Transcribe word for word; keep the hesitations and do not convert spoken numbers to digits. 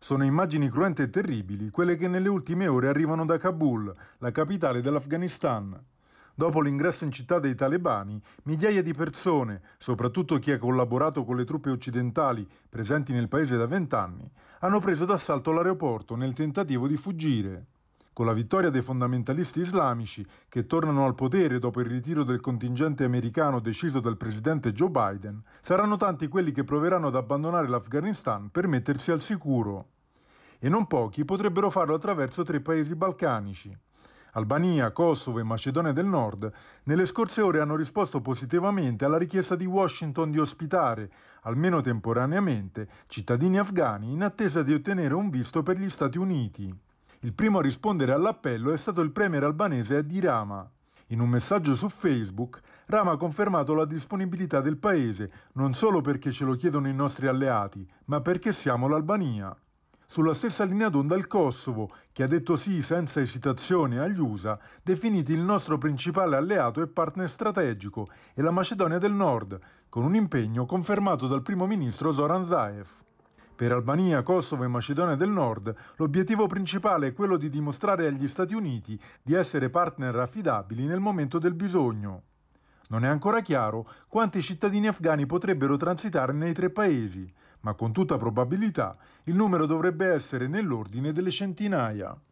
Sono immagini cruente e terribili quelle che nelle ultime ore arrivano da Kabul, la capitale dell'Afghanistan. Dopo l'ingresso in città dei talebani, migliaia di persone, soprattutto chi ha collaborato con le truppe occidentali presenti nel paese da vent'anni, hanno preso d'assalto l'aeroporto nel tentativo di fuggire. Con la vittoria dei fondamentalisti islamici, che tornano al potere dopo il ritiro del contingente americano deciso dal presidente Joe Biden, saranno tanti quelli che proveranno ad abbandonare l'Afghanistan per mettersi al sicuro. E non pochi potrebbero farlo attraverso tre paesi balcanici. Albania, Kosovo e Macedonia del Nord nelle scorse ore hanno risposto positivamente alla richiesta di Washington di ospitare, almeno temporaneamente, cittadini afghani in attesa di ottenere un visto per gli Stati Uniti. Il primo a rispondere all'appello è stato il premier albanese Edi Rama. In un messaggio su Facebook, Rama ha confermato la disponibilità del paese non solo perché ce lo chiedono i nostri alleati, ma perché siamo l'Albania. Sulla stessa linea d'onda il Kosovo, che ha detto sì senza esitazione agli U S A, definiti il nostro principale alleato e partner strategico, e la Macedonia del Nord, con un impegno confermato dal primo ministro Zoran Zaev. Per Albania, Kosovo e Macedonia del Nord, l'obiettivo principale è quello di dimostrare agli Stati Uniti di essere partner affidabili nel momento del bisogno. Non è ancora chiaro quanti cittadini afghani potrebbero transitare nei tre paesi, ma con tutta probabilità il numero dovrebbe essere nell'ordine delle centinaia.